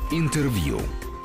Интервью.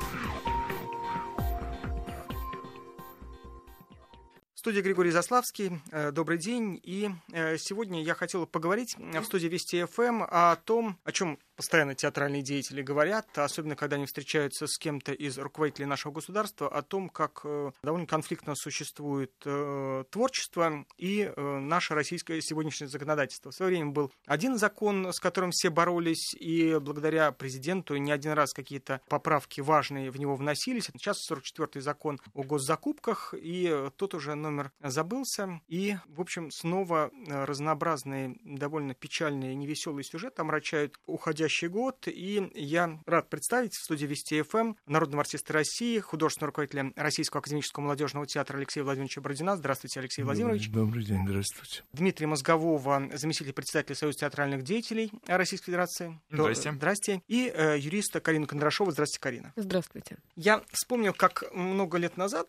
В студии Григорий Заславский. Добрый день. И сегодня я хотел поговорить в студии Вести ФМ о том, о чем постоянно театральные деятели говорят, особенно когда они встречаются с кем-то из руководителей нашего государства, о том, как довольно конфликтно существует творчество и наше российское сегодняшнее законодательство. В свое время был один закон, с которым все боролись, и благодаря президенту не один раз какие-то поправки важные в него вносились. Сейчас 44-й закон о госзакупках, и тот уже номер забылся. И, в общем, снова разнообразные, довольно печальные, невеселые сюжеты омрачают уходящий год. И я рад представить в студии Вести ФМ народного артиста России, художественного руководителя Российского академического молодежного театра Алексея Владимировича Бородина. Здравствуйте, Алексей Владимирович. Добрый день, здравствуйте. Дмитрия Мозгового, заместитель председателя Союза театральных деятелей Российской Федерации. Здрасте. Здрасте. И юриста Карину Кондрашову. Здравствуйте, Карина. Здравствуйте. Я вспомнил, как много лет назад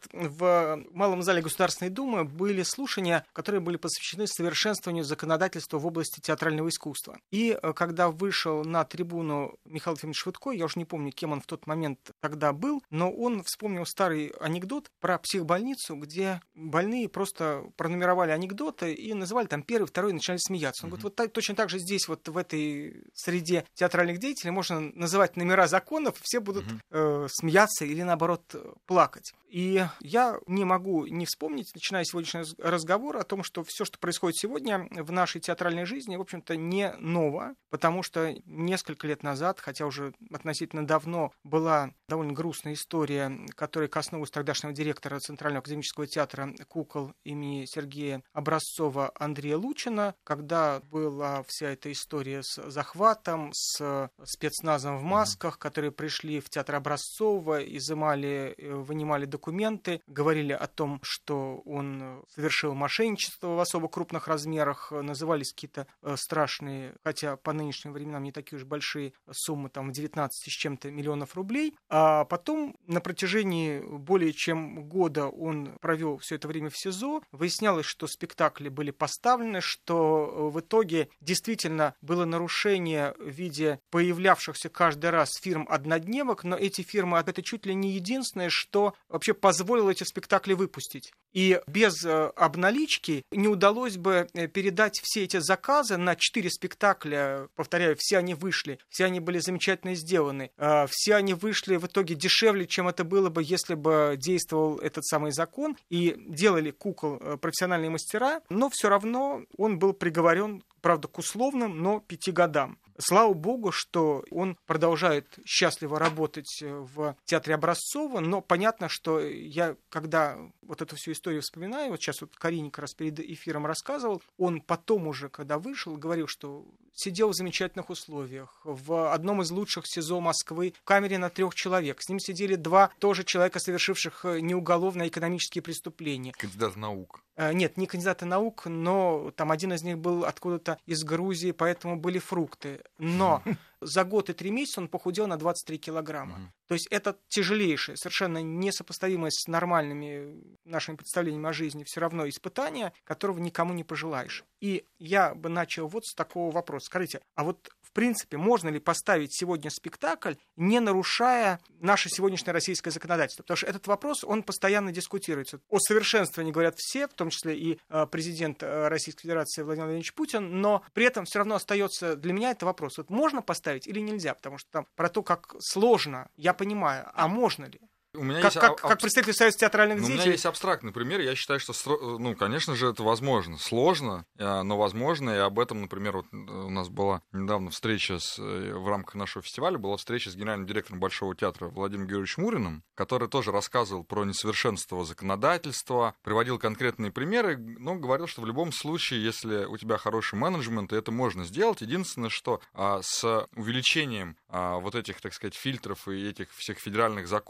в Малом зале Государственной Думы были слушания, которые были посвящены совершенствованию законодательства в области театрального искусства. И когда вышел на трибуну Михаил Ефимович Швыдко, я уже не помню, кем он в тот момент тогда был, но он вспомнил старый анекдот про психбольницу, где больные просто пронумеровали анекдоты и называли там первый, второй и начинали смеяться. Он говорит, вот так, точно так же здесь, вот в этой среде театральных деятелей можно называть номера законов, и все будут смеяться или, наоборот, плакать. И я не могу не вспомнить, начиная сегодняшний разговор, о том, что все, что происходит сегодня в нашей театральной жизни, в общем-то, не ново, потому что несколько лет назад, хотя уже относительно давно, была довольно грустная история, которая коснулась тогдашнего директора Центрального академического театра «Кукол» имени Сергея Образцова Андрея Лучина, когда была вся эта история с захватом, с спецназом в масках, которые пришли в театр Образцова, изымали, вынимали документы, говорили о том, что он совершил мошенничество в особо крупных размерах, назывались какие-то страшные, хотя по нынешним временам не такие уж большие суммы, там в 19 с чем-то миллионов рублей. А потом на протяжении более чем года он провел все это время в СИЗО. Выяснялось, что спектакли были поставлены, что в итоге действительно было нарушение в виде появлявшихся каждый раз фирм-однодневок, но эти фирмы, это чуть ли не единственное, что вообще позволило эти спектакли выпустить. И без обналички не удалось бы передать все эти заказы на 4 спектакля. Повторяю, все они вышли, все они были замечательно сделаны, все они вышли в итоге дешевле, чем это было бы, если бы действовал этот самый закон, и делали кукол профессиональные мастера, но все равно он был приговорен, правда, к условным, но 5 годам. Слава богу, что он продолжает счастливо работать в театре Образцова, но понятно, что я, когда вот эту всю историю вспоминаю, вот сейчас вот Карине как раз перед эфиром рассказывал, он потом уже, когда вышел, говорил, что сидел в замечательных условиях, в одном из лучших СИЗО Москвы, в камере на 3 человек. С ним сидели 2 тоже человека, совершивших не уголовные, а экономические преступления. Кандидат наук. Нет, не кандидаты наук, но там один из них был откуда-то из Грузии, поэтому были фрукты. Но за год и 3 месяца он похудел на 23 килограмма. То есть это тяжелейшее, совершенно несопоставимое с нормальными нашими представлениями о жизни все равно испытание, которого никому не пожелаешь. И я бы начал вот с такого вопроса. Скажите, а вот в принципе можно ли поставить сегодня спектакль, не нарушая наше сегодняшнее российское законодательство? Потому что этот вопрос, он постоянно дискутируется. О совершенствовании говорят все, в том числе и президент Российской Федерации Владимир Владимирович Путин, но при этом все равно остается для меня это вопрос. Вот можно поставить или нельзя? Потому что там про то, как сложно, я понимаю, а можно ли? У меня как представитель Союза театральных деятелей. У меня есть абстрактный пример. Я считаю, что, конечно же, это возможно. Сложно, но возможно. И об этом, например, вот у нас была недавно встреча в рамках нашего фестиваля, была встреча с генеральным директором Большого театра Владимиром Георгиевичем Муриным, который тоже рассказывал про несовершенство законодательства, приводил конкретные примеры, но говорил, что в любом случае, если у тебя хороший менеджмент, это можно сделать. Единственное, что с увеличением вот этих, так сказать, фильтров и этих всех федеральных законов и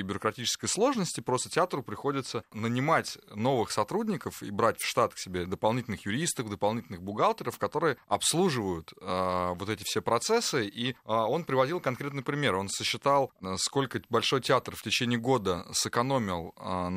и бюрократической сложности просто театру приходится нанимать новых сотрудников и брать в штат к себе дополнительных юристов, дополнительных бухгалтеров, которые обслуживают вот эти все процессы. И он приводил конкретный пример. Он сосчитал, сколько Большой театр в течение года сэкономил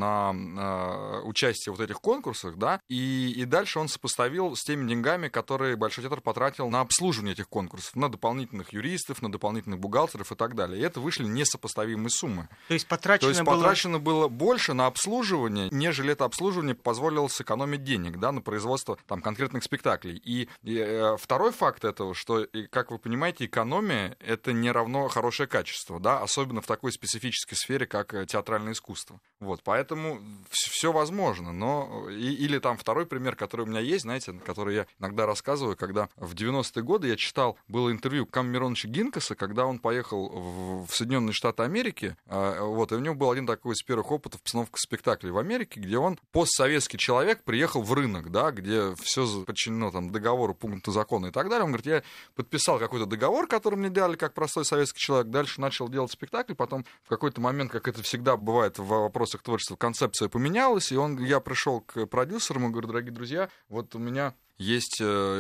на участии в вот этих конкурсах, да, и дальше он сопоставил с теми деньгами, которые Большой театр потратил на обслуживание этих конкурсов, на дополнительных юристов, на дополнительных бухгалтеров и так далее. И это вышли несопоставимые суммы. То есть потрачено было больше на обслуживание, нежели это обслуживание позволило сэкономить денег, да, на производство там конкретных спектаклей. И второй факт этого, что, как вы понимаете, экономия — это не равно хорошее качество, да, особенно в такой специфической сфере, как театральное искусство. Вот, поэтому все возможно, но... Или там второй пример, который у меня есть, знаете, который я иногда рассказываю, когда в 90-е годы я читал, было интервью Камы Мироновича Гинкаса, когда он поехал в Соединенные Штаты Америки, вот, и у него был один такой из первых опытов постановки спектаклей в Америке, где он, постсоветский человек, приехал в рынок, да, где все подчинено там договору, пункту закона и так далее. Он говорит, я подписал какой-то договор, который мне дали как простой советский человек, дальше начал делать спектакль, потом в какой-то момент, как это всегда бывает в вопросах творчества, концепция поменялась, и я пришел к продюсерам и говорю, дорогие друзья, вот у меня есть,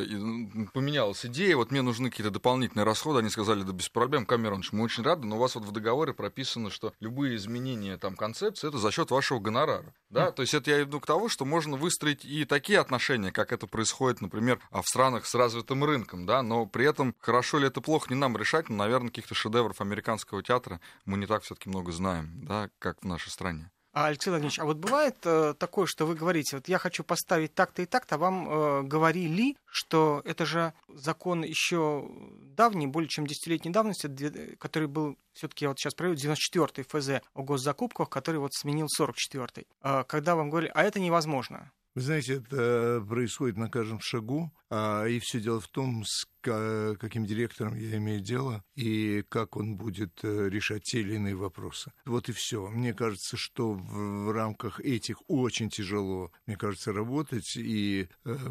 поменялась идея, вот мне нужны какие-то дополнительные расходы, они сказали, да без проблем, Камы Миронович, мы очень рады, но у вас вот в договоре прописано, что любые изменения там концепции, это за счет вашего гонорара, да, то есть это я иду к тому, что можно выстроить и такие отношения, как это происходит, например, в странах с развитым рынком, да, но при этом хорошо ли это плохо, не нам решать, но, наверное, каких-то шедевров американского театра мы не так все-таки много знаем, да, как в нашей стране. Алексей Владимирович, а вот бывает такое, что вы говорите, вот я хочу поставить так-то и так-то, а вам говорили, что это же закон еще давний, более чем 10-летней давности, который был, все-таки я вот сейчас проведу, 94-й ФЗ о госзакупках, который вот сменил 44-й. Когда вам говорили, а это невозможно. Вы знаете, это происходит на каждом шагу, и все дело в том, с каким директором я имею дело, и как он будет решать те или иные вопросы. Вот и все. Мне кажется, что в рамках этих очень тяжело, мне кажется, работать, и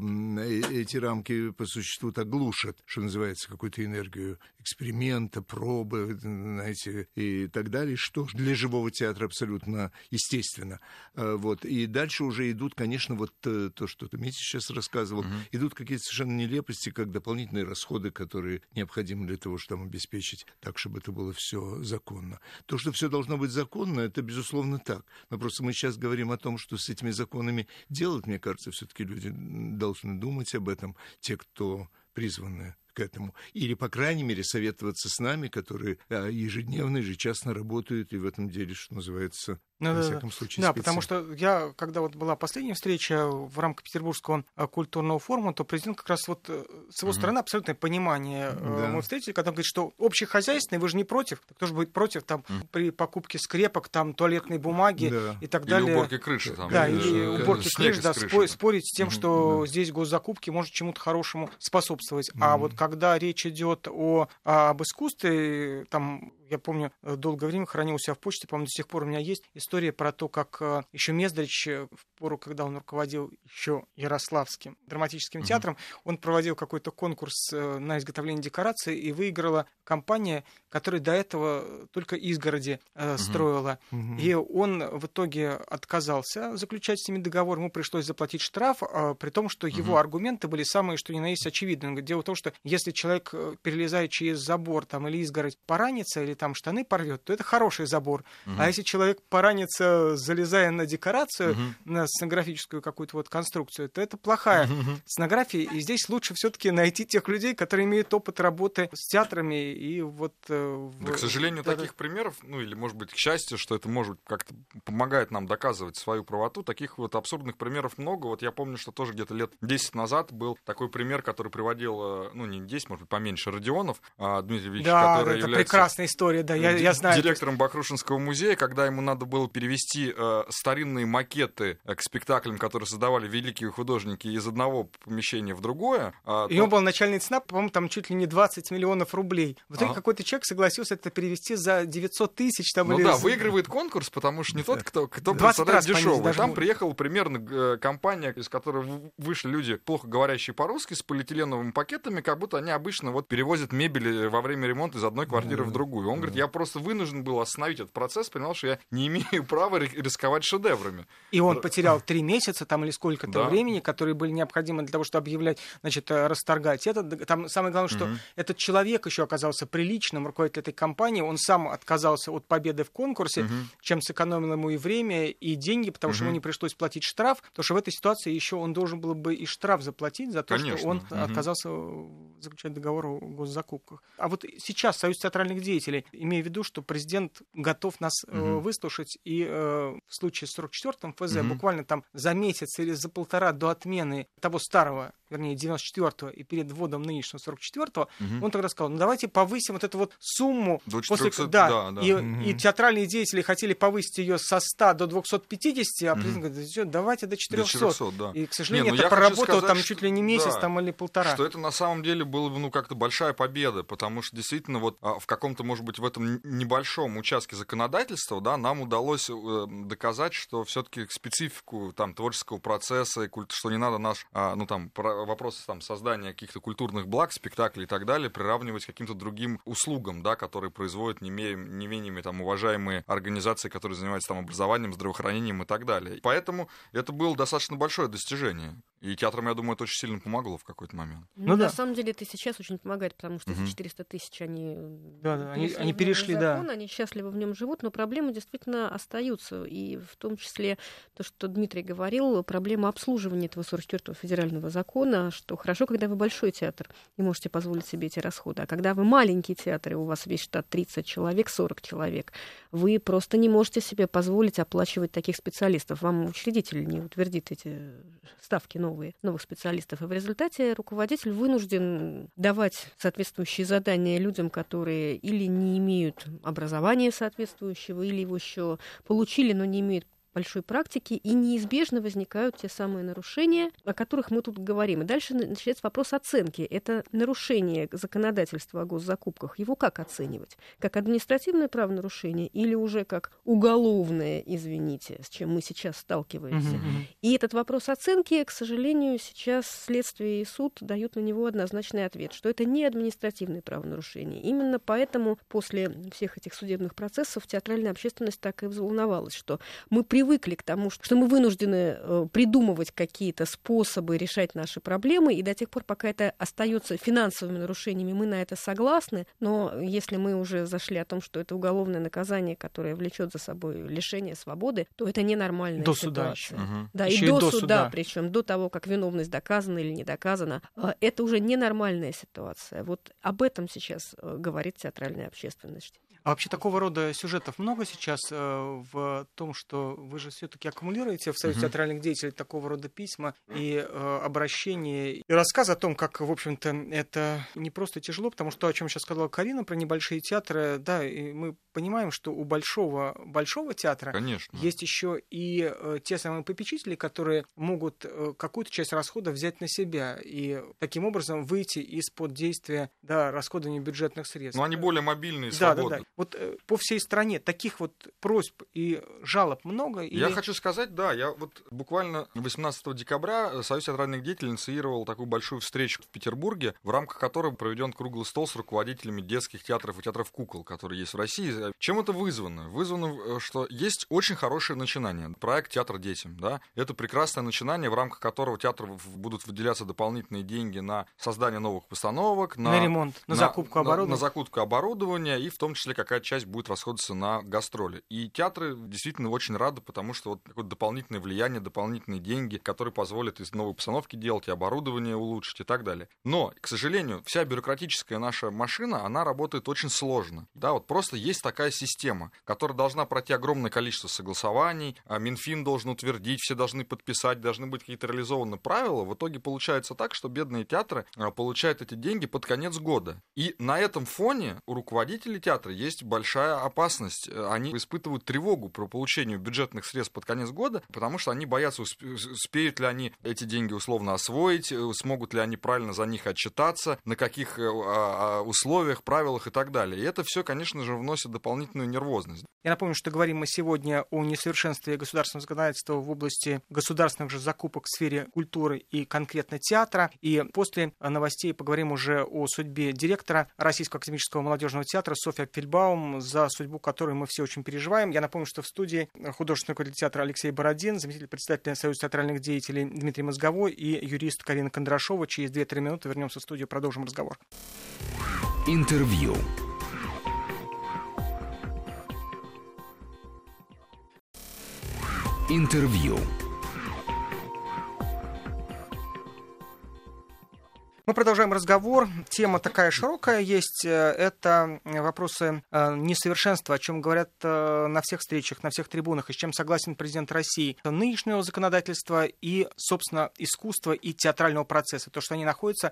эти рамки по существу так глушат, что называется, какую-то энергию эксперимента, пробы, знаете, и так далее, что для живого театра абсолютно естественно. Вот. И дальше уже идут, конечно, вот то, что Дмитрий сейчас рассказывал, идут какие-то совершенно нелепости, как дополнительные расходы, которые необходимы для того, чтобы там обеспечить так, чтобы это было все законно. То, что все должно быть законно, это, безусловно, так. Но просто мы сейчас говорим о том, что с этими законами делать, мне кажется, все-таки люди должны думать об этом, те, кто призваны к этому. Или, по крайней мере, советоваться с нами, которые ежедневно, ежечасно работают и в этом деле, что называется, во всяком случае, да, потому что я, когда вот была последняя встреча в рамках Петербургского культурного форума, то президент как раз вот с его стороны абсолютное понимание мы встретили, когда он говорит, что общехозяйственный, вы же не против, так кто же будет против там при покупке скрепок, там туалетной бумаги и так далее. Или уборки крыши. Там, да, и уборки крыши, да, спорить с тем, что здесь госзакупки может чему-то хорошему способствовать. А вот когда речь идет об искусстве, там, я помню, долгое время хранил у себя в почте, по-моему, до сих пор у меня есть история про то, как еще Мездрич, в пору, когда он руководил еще Ярославским драматическим театром, он проводил какой-то конкурс на изготовление декораций, и выиграла компания, которая до этого только изгороди строила. И он в итоге отказался заключать с ними договор, ему пришлось заплатить штраф, при том, что его аргументы были самые, что ни на есть, очевидные. Он говорит, дело в том, что если человек, перелезая через забор там, или изгородь, поранится, или там штаны порвет, то это хороший забор. А если человек поранится, залезая на декорацию, на сценографическую какую-то вот конструкцию, то это плохая сценография. И здесь лучше все-таки найти тех людей, которые имеют опыт работы с театрами. И вот, да, к сожалению, таких примеров, ну или, может быть, к счастью, что это может как-то помогает нам доказывать свою правоту, таких вот абсурдных примеров много. Вот я помню, что тоже где-то лет 10 назад был такой пример, который приводил, ну не 10, может быть, поменьше, Родионов Дмитрий Ильич, да, который это является прекрасная история, да, я знаю. Директором Бахрушинского музея, когда ему надо было перевести старинные макеты к спектаклям, которые создавали великие художники, из одного помещения в другое. И он была начальная цена, по-моему, там чуть ли не 20 миллионов рублей. В итоге какой-то человек согласился это перевести за 900 тысяч. Там, ну или да, выигрывает конкурс, потому что не тот, кто представляет дешевый. Там приехала примерно компания, из которой вышли люди, плохо говорящие по-русски, с полиэтиленовыми пакетами, как будто они обычно вот перевозят мебель во время ремонта из одной квартиры в другую. Он говорит, я просто вынужден был остановить этот процесс, понимал, что я не имею права рисковать шедеврами. И он потерял 3 месяца там или сколько-то времени, которые были необходимы для того, чтобы объявлять, значит, расторгать это. Там самое главное, что этот человек еще оказался приличным, руководитель этой компании, он сам отказался от победы в конкурсе, чем сэкономил ему и время, и деньги, потому что ему не пришлось платить штраф, потому что в этой ситуации еще он должен был бы и штраф заплатить за то, что он отказался заключать договор о госзакупках. А вот сейчас Союз театральных деятелей, имея в виду, что президент готов нас выслушать, и в случае с 44-м ФЗ буквально там за месяц или за полтора до отмены того старого, вернее, 94-го, и перед вводом нынешнего 44-го, он тогда сказал, ну давайте повысим вот эту вот сумму. До 400, И театральные деятели хотели повысить ее со 100 до 250, а президент говорит, давайте до 400. И, к сожалению, это проработало там чуть ли не месяц там, или полтора. Что это на самом деле было бы как-то большая победа, потому что действительно вот в каком-то, может быть, в этом небольшом участке законодательства, нам удалось доказать, что все-таки специфику там творческого процесса, что не надо вопросы создания каких-то культурных благ, спектаклей и так далее приравнивать к каким-то другим услугам, которые производят не менее уважаемые организации, которые занимаются образованием, здравоохранением и так далее. Поэтому это было достаточно большое достижение. И театрам, я думаю, это очень сильно помогло в какой-то момент. На самом деле это сейчас очень помогает, потому что эти 400 тысяч, они перешли, закон, они счастливо в нем живут, но проблемы действительно остаются. И в том числе то, что Дмитрий говорил, проблема обслуживания этого 44-го федерального закона, что хорошо, когда вы большой театр и можете позволить себе эти расходы. А когда вы маленький театр, и у вас весь штат 30 человек, 40 человек, вы просто не можете себе позволить оплачивать таких специалистов. Вам учредитель не утвердит эти ставки новых специалистов. И в результате руководитель вынужден давать соответствующие задания людям, которые или не имеют образования соответствующего, или его еще получили, но не имеют большой практики, и неизбежно возникают те самые нарушения, о которых мы тут говорим. И дальше начинается вопрос оценки. Это нарушение законодательства о госзакупках. Его как оценивать? Как административное правонарушение или уже как уголовное, извините, с чем мы сейчас сталкиваемся? И этот вопрос оценки, к сожалению, сейчас следствие и суд дают на него однозначный ответ, что это не административное правонарушение. Именно поэтому после всех этих судебных процессов театральная общественность так и взволновалась, что мы привыкли к тому, что мы вынуждены придумывать какие-то способы решать наши проблемы, и до тех пор, пока это остается финансовыми нарушениями, мы на это согласны, но если мы уже зашли о том, что это уголовное наказание, которое влечет за собой лишение свободы, то это ненормальная ситуация. Да, и до суда, причем до того, как виновность доказана или не доказана, это уже ненормальная ситуация. Вот об этом сейчас говорит театральная общественность. А вообще такого рода сюжетов много сейчас в том, что вы же все-таки аккумулируете в Союзе театральных деятелей такого рода письма и обращения, и рассказ о том, как, в общем-то, это не просто тяжело, потому что, о чем сейчас сказала Карина, про небольшие театры, да, и мы понимаем, что у большого театра есть еще и те самые попечители, которые могут какую-то часть расходов взять на себя и таким образом выйти из-под действия расходования бюджетных средств. Но они более мобильные и свободные. Да. Вот по всей стране таких вот просьб и жалоб много? Я хочу сказать, я вот буквально 18 декабря Союз театральных деятелей инициировал такую большую встречу в Петербурге, в рамках которой проведен круглый стол с руководителями детских театров и театров кукол, которые есть в России. Чем это вызвано? Вызвано, что есть очень хорошее начинание. Проект «Театр детям». Да? Это прекрасное начинание, в рамках которого театру будут выделяться дополнительные деньги на создание новых постановок, на ремонт, на закупку оборудования. На закупку оборудования, и в том числе какая часть будет расходоваться на гастроли. И театры действительно очень рады, потому что вот такое дополнительное влияние, дополнительные деньги, которые позволят и новые постановки делать, и оборудование улучшить, и так далее. Но, к сожалению, вся бюрократическая наша машина, она работает очень сложно. Да, вот просто есть такая система, которая должна пройти огромное количество согласований, а Минфин должен утвердить, все должны подписать, должны быть какие-то реализованы правила. В итоге получается так, что бедные театры получают эти деньги под конец года. И на этом фоне у руководителей театра есть большая опасность. Они испытывают тревогу про получение бюджетных средств под конец года, потому что они боятся, успеют ли они эти деньги условно освоить, смогут ли они правильно за них отчитаться, на каких условиях, правилах и так далее. И это все, конечно же, вносит дополнительную нервозность. Я напомню, что говорим мы сегодня о несовершенстве государственного законодательства в области государственных же закупок в сфере культуры и конкретно театра. И после новостей поговорим уже о судьбе директора Российского академического молодежного театра Софьи Апфельбаум, за судьбу которой мы все очень переживаем. Я напомню, что в студии художественный руководитель театра Алексей Бородин, заместитель председателя Союза театральных деятелей Дмитрий Мозговой и юрист Карина Кондрашова. Через 2-3 минуты вернемся в студию, продолжим разговор. Интервью. Интервью. Мы продолжаем разговор. Тема такая широкая есть. Это вопросы несовершенства, о чем говорят на всех встречах, на всех трибунах, и с чем согласен президент России. Нынешнего законодательства и, собственно, искусства и театрального процесса. То, что они находятся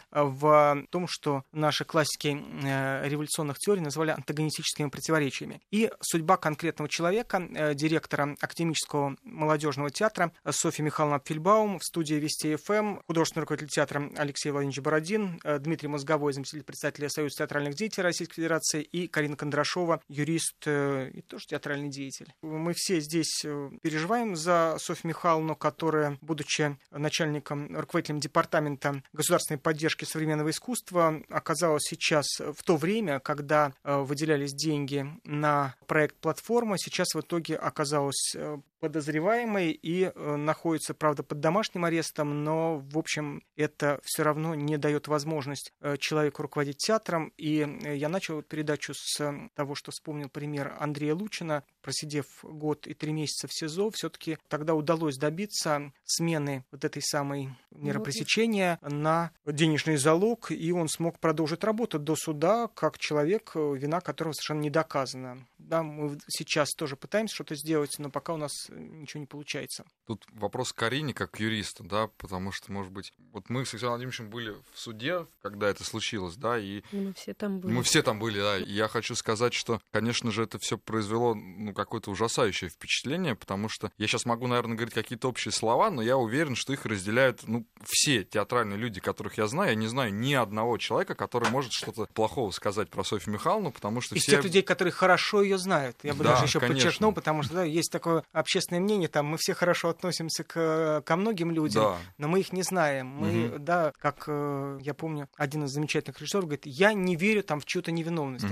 в том, что наши классики революционных теорий называли антагонистическими противоречиями. И судьба конкретного человека, директора Академического молодежного театра Софьи Михайловны Апфельбаум, в студии Вести ФМ, художественный руководитель театра Алексей Владимирович Бородин, Дмитрий Мозговой, заместитель председателя Союза театральных деятелей Российской Федерации, и Карина Кондрашова, юрист и тоже театральный деятель. Мы все здесь переживаем за Софью Михайловну, которая, будучи начальником, руководителем департамента государственной поддержки современного искусства, оказалась сейчас в то время, когда выделялись деньги на проект «Платформа», сейчас в итоге оказалась подозреваемый и находится, правда, под домашним арестом, но, в общем, это все равно не дает возможность человеку руководить театром. И я начал передачу с того, что вспомнил пример Андрея Лучина. Просидев год и 3 месяца в СИЗО, все-таки тогда удалось добиться смены вот этой самой меры пресечения на денежный залог, и он смог продолжить работу до суда как человек, вина которого совершенно не доказана. Да, мы сейчас тоже пытаемся что-то сделать, но пока у нас ничего не получается. Тут вопрос к Карине как к юристу, да, потому что, может быть, вот мы с Алексеем Владимировичем были в суде, когда это случилось, да, и мы все там были. Мы все там были, да, и я хочу сказать, что, конечно же, это все произвело, какое-то ужасающее впечатление, потому что я сейчас могу, наверное, говорить какие-то общие слова, но я уверен, что их разделяют, все театральные люди, которых я знаю. Я не знаю ни одного человека, который может что-то плохого сказать про Софью Михайловну, потому что из все... тех людей, которые хорошо ее знают. Я бы даже еще подчеркнул, потому что есть такое общественное мнение, там мы все хорошо относимся ко многим людям, но мы их не знаем. Мы, как я помню, один из замечательных режиссеров говорит, я не верю там в чью-то невиновность.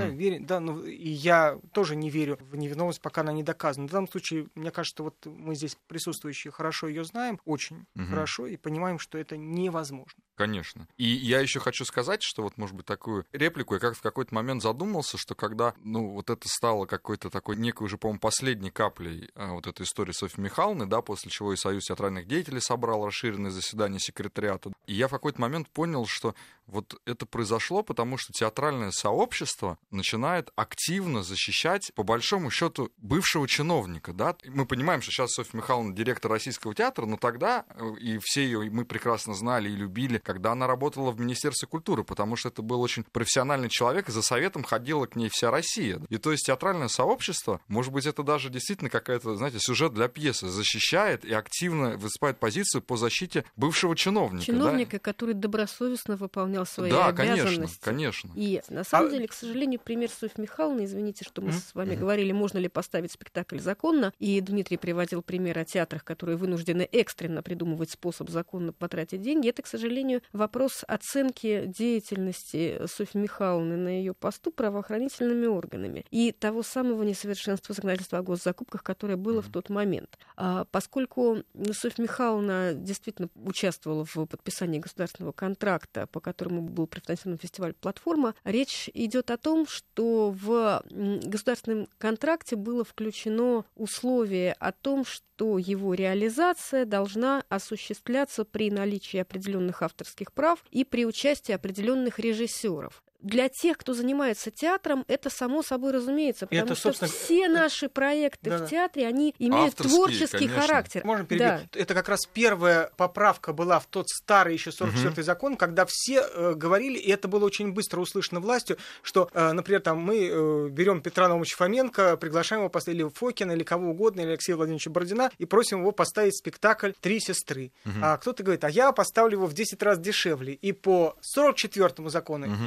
И я тоже не верю в невиновность, пока она не доказана. В данном случае, мне кажется, что вот мы здесь присутствующие хорошо ее знаем, очень хорошо, и понимаем, что это невозможно. Конечно. И я еще хочу сказать, что вот, может быть, такую реплику, я как в какой-то момент задумался, что когда, вот это стало какой-то такой некой уже, по-моему, последней каплей вот этой истории Софьи Михайловны, да, после чего и Союз театральных деятелей собрал расширенное заседание секретариата. И я в какой-то момент понял, что вот это произошло, потому что театральное сообщество начинает активно защищать, по большому счету, бывшего чиновника, да. Мы понимаем, что сейчас Софья Михайловна директор Российского театра, но тогда, и все ее мы прекрасно знали и любили, когда она работала в Министерстве культуры, потому что это был очень профессиональный человек, и за советом ходила к ней вся Россия. И то есть театральное сообщество, может быть, это даже действительно какая-то, знаете, сюжет для пьесы, защищает и активно выступает позицию по защите бывшего чиновника. Чиновника, который добросовестно выполнял свои обязанности. Конечно. И на самом деле, к сожалению, пример Софьи Михайловны, извините, что мы с вами говорили, можно ли поставить спектакль законно, и Дмитрий приводил пример о театрах, которые вынуждены экстренно придумывать способ законно потратить деньги. Это, к сожалению, вопрос оценки деятельности Софьи Михайловны на ее посту правоохранительными органами и того самого несовершенства законодательства о госзакупках, которое было в тот момент. Поскольку Софья Михайловна действительно участвовала в подписании государственного контракта, по которому был профинансирован фестиваль «Платформа», речь идет о том, что в государственном контракте было включено условие о том, что его реализация должна осуществляться при наличии определенных авторских прав и при участии определенных режиссеров. Для тех, кто занимается театром, это само собой разумеется, потому это, что все наши проекты в театре, они имеют авторские, творческий характер. Можно перебить? Да. Это как раз первая поправка была в тот старый еще 44-й закон, когда все говорили, и это было очень быстро услышано властью, что, например, там мы берем Петра Наумовича Фоменко, приглашаем его поставить, или Фокина, или кого угодно, или Алексея Владимировича Бородина, и просим его поставить спектакль «Три сестры». А кто-то говорит, а я поставлю его в 10 раз дешевле и по 44-му закону, и по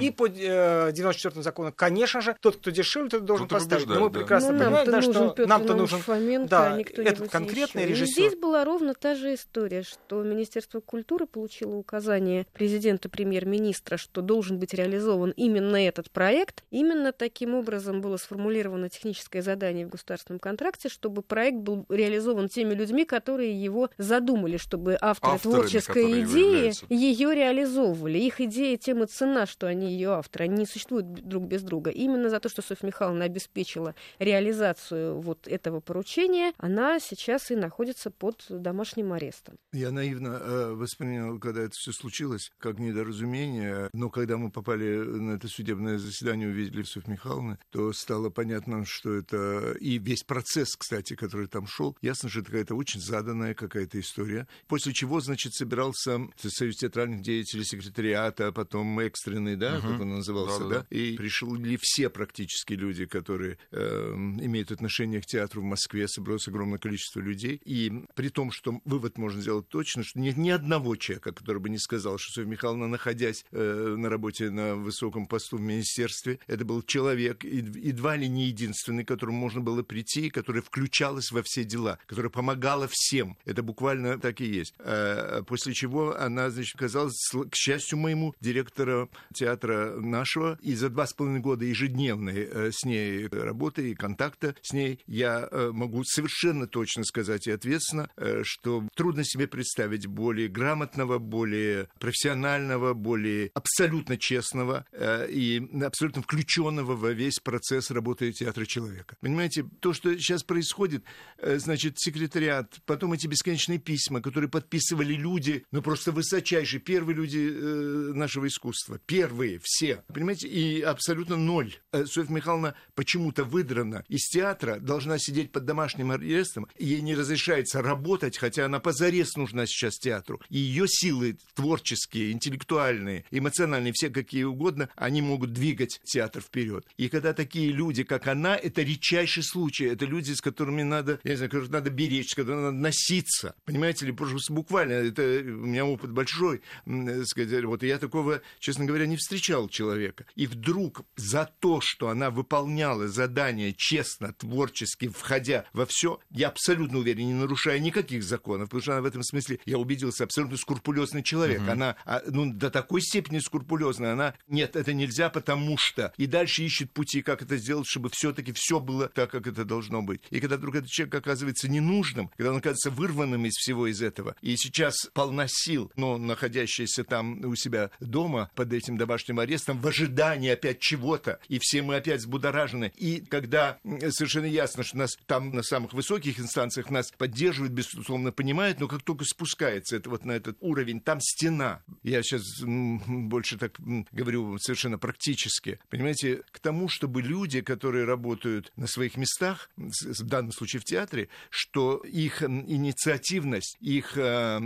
94-м закону, конечно же, тот, кто дешевле, тот должен Кто-то поставить. Но мы побеждает, да. прекрасно понимаем, да, что нам-то нужен Фоменко, этот конкретный режиссер. Здесь была ровно та же история, что Министерство культуры получило указание президента, премьер-министра, что должен быть реализован именно этот проект. Именно таким образом было сформулировано техническое задание в государственном контракте, чтобы проект был реализован теми людьми, которые его задумали, чтобы авторы творческой идеи ее реализовывали. Их идея тем и цена, что они ее авторы. Они не существуют друг без друга. Именно за то, что Софья Михайловна обеспечила реализацию вот этого поручения, она сейчас и находится под домашним арестом. Я наивно воспринял, когда это все случилось, как недоразумение, но когда мы попали на это судебное заседание, увидели Софью Михайловну, то стало понятно, что это и весь процесс, кстати, который там шел, ясно, что это какая-то очень заданная какая-то история. После чего, значит, собирался Союз театральных деятелей, секретариата, потом экстренный, да, как он назывался, да, и пришли все практически люди, которые имеют отношение к театру в Москве, собралось огромное количество людей, и при том, что вывод можно сделать точно, что нет ни одного человека, который бы не сказал, что Софья Михайловна, находясь на работе на высоком посту в министерстве, это был человек, едва ли не единственный, к которому можно было прийти, которая включалась во все дела, которая помогала всем. Это буквально так и есть. После чего она, значит, оказалась, к счастью моему, директора театра нашего, и за 2,5 года ежедневной с ней работы и контакта с ней я могу совершенно точно сказать и ответственно, что трудно себе представить более грамотного, более профессионального, более абсолютно честного и абсолютно включенного во весь процесс работы театра человека. Понимаете, то, что сейчас происходит, значит, секретариат, потом эти бесконечные письма, которые подписывали люди, ну просто высочайшие, первые люди нашего искусства, первые, все, понимаете, и абсолютно ноль. Софья Михайловна почему-то выдрана из театра, должна сидеть под домашним арестом, ей не разрешается работать, хотя она позарез нужна сейчас театру. И ее силы творческие, интеллектуальные, эмоциональные, все какие угодно, они могут двигать театр вперед. И когда такие люди, как она, это редчайший случай, это люди, с которыми надо, я не знаю, которых надо беречь, с которыми надо носиться, понимаете ли, просто буквально, это у меня опыт большой, сказать, вот, и я такого, честно говоря, не встречал человека. И вдруг за то, что она выполняла задание честно, творчески, входя во все, я абсолютно уверен, не нарушая никаких законов, потому что она в этом смысле, я убедился, абсолютно скрупулезный человек. Она, до такой степени скрупулезная, она, нет, это нельзя, потому что, и дальше ищет пути, как это сделать, чтобы все-таки все было так, как это должно быть. И когда вдруг этот человек оказывается ненужным, когда он оказывается вырванным из всего из этого, и сейчас полна сил, но находящаяся там у себя дома под этим домашним арестом, в ожидании опять чего-то, и все мы опять взбудоражены. И когда совершенно ясно, что нас там на самых высоких инстанциях нас поддерживают, безусловно, понимают, но как только спускается это вот на этот уровень, там стена. Я сейчас больше так говорю совершенно практически. Понимаете, к тому, чтобы люди, которые работают на своих местах, в данном случае в театре, что их инициативность, их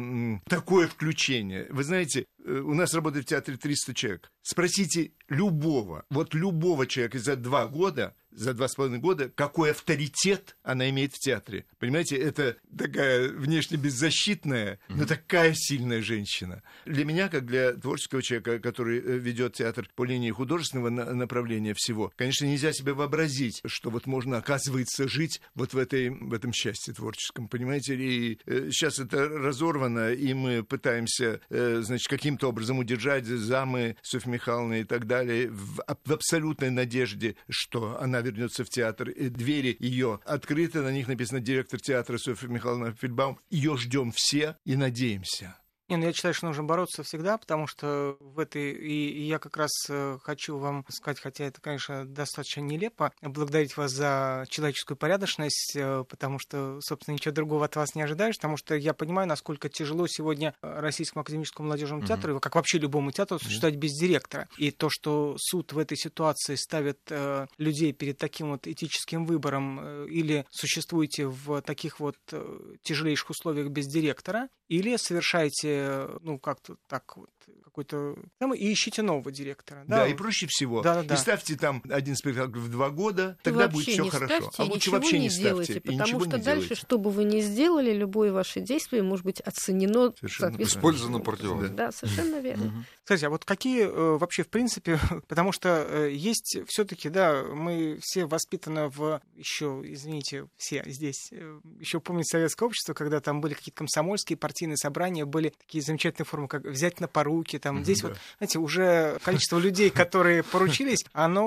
такое включение. Вы знаете, у нас работает в театре 300 человек. Спросите любого человека за 2 года, за 2,5 года, какой авторитет она имеет в театре. Понимаете, это такая внешне беззащитная, но такая сильная женщина. Для меня, как для творческого человека, который ведет театр по линии художественного направления всего, конечно, нельзя себе вообразить, что вот можно, оказывается, жить вот в этом счастье творческом, понимаете? И сейчас это разорвано, и мы пытаемся, значит, каким-то образом удержать замы Софьи Михайловны и так далее в абсолютной надежде, что она вернется в театр. Двери ее открыты, на них написано «Директор театра Софья Михайловна Фельдбаум». Ее ждем все и надеемся. Я считаю, что нужно бороться всегда, потому что в этой... И я как раз хочу вам сказать, хотя это, конечно, достаточно нелепо, благодарить вас за человеческую порядочность, потому что, собственно, ничего другого от вас не ожидаешь, потому что я понимаю, насколько тяжело сегодня Российскому академическому молодежному театру, как вообще любому театру, существовать без директора. И то, что суд в этой ситуации ставит людей перед таким вот этическим выбором, или существуете в таких вот тяжелейших условиях без директора, или совершаете или, как-то так вот, какой-то... И ищите нового директора. Да, и проще всего. Да. И ставьте там один спектакль в 2 года, тогда будет все хорошо. А лучше вообще не ставьте. Потому что дальше, что бы вы ни сделали, любое ваше действие может быть оценено использовано против. Да, совершенно верно. Кстати, а вот какие вообще, в принципе, потому что есть все-таки, да, мы все воспитаны еще, извините, все здесь, еще помнят советское общество, когда там были какие-то комсомольские партийные собрания, были такие замечательные формы, как взять на поруки, там, здесь вот, знаете, уже количество людей, которые поручились,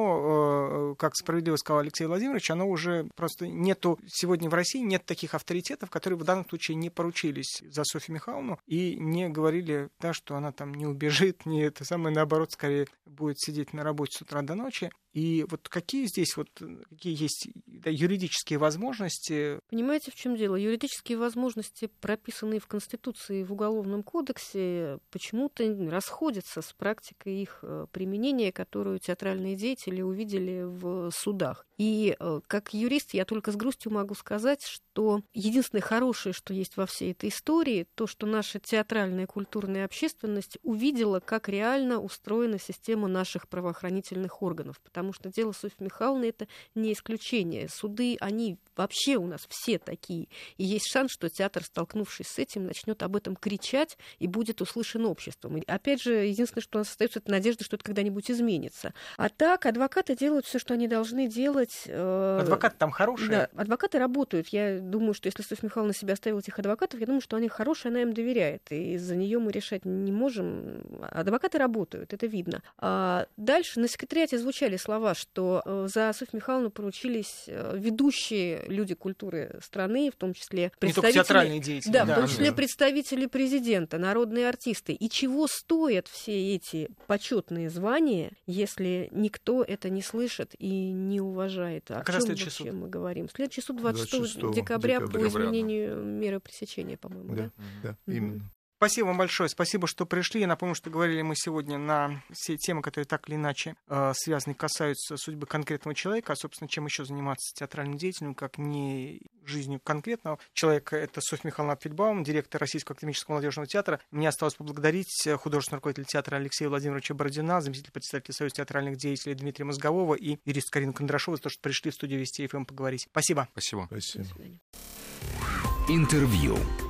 оно, как справедливо сказал Алексей Владимирович, оно уже просто нету, сегодня в России нет таких авторитетов, которые в данном случае не поручились за Софью Михайловну и не говорили, да, что она там не убежит, не это самое, наоборот, скорее будет сидеть на работе с утра до ночи. И вот какие здесь какие есть юридические возможности? Понимаете, в чем дело? Юридические возможности, прописанные в Конституции и в Уголовном кодексе, почему-то расходятся с практикой их применения, которую театральные деятели увидели в судах. И как юрист я только с грустью могу сказать, что единственное хорошее, что есть во всей этой истории, то, что наша театральная культурная общественность увидела, как реально устроена система наших правоохранительных органов. Потому что дело Софьи Михайловны — это не исключение. Суды, они вообще у нас все такие. И есть шанс, что театр, столкнувшись с этим, начнет об этом кричать и будет услышан обществом. И опять же, единственное, что у нас остается, это надежда, что это когда-нибудь изменится. А так, адвокаты делают все, что они должны делать. Адвокаты там хорошие? Да, адвокаты работают. Я думаю, что если Софья Михайловна себе оставила этих адвокатов, я думаю, что они хорошие, она им доверяет. И за нее мы решать не можем. Адвокаты работают, это видно. А дальше на секретариате звучали слова, что за Софью Михайловну поручились ведущие люди культуры страны, в том числе представители... Не только театральные деятели. Да, в том числе представители президента, народные артисты. И чего стоят все эти почетные звания, если никто это не слышит и не уважает? О чем вообще мы говорим? Следующий суд 26 декабря по изменению меры пресечения, по-моему. Да, именно. Спасибо вам большое, спасибо, что пришли. Я напомню, что говорили мы сегодня на все темы, которые так или иначе связаны, касаются судьбы конкретного человека, а, собственно, чем еще заниматься театральным деятелем, как не жизнью конкретного человека. Это Софья Михайловна Апфельбаум, директор Российского академического молодежного театра. Мне осталось поблагодарить художественного руководителя театра Алексея Владимировича Бородина, заместитель председателя Союза театральных деятелей Дмитрия Мозгового и юрист Карину Кондрашову за то, что пришли в студию Вести ФМ поговорить. Спасибо. Спасибо. Спасибо. Интервью.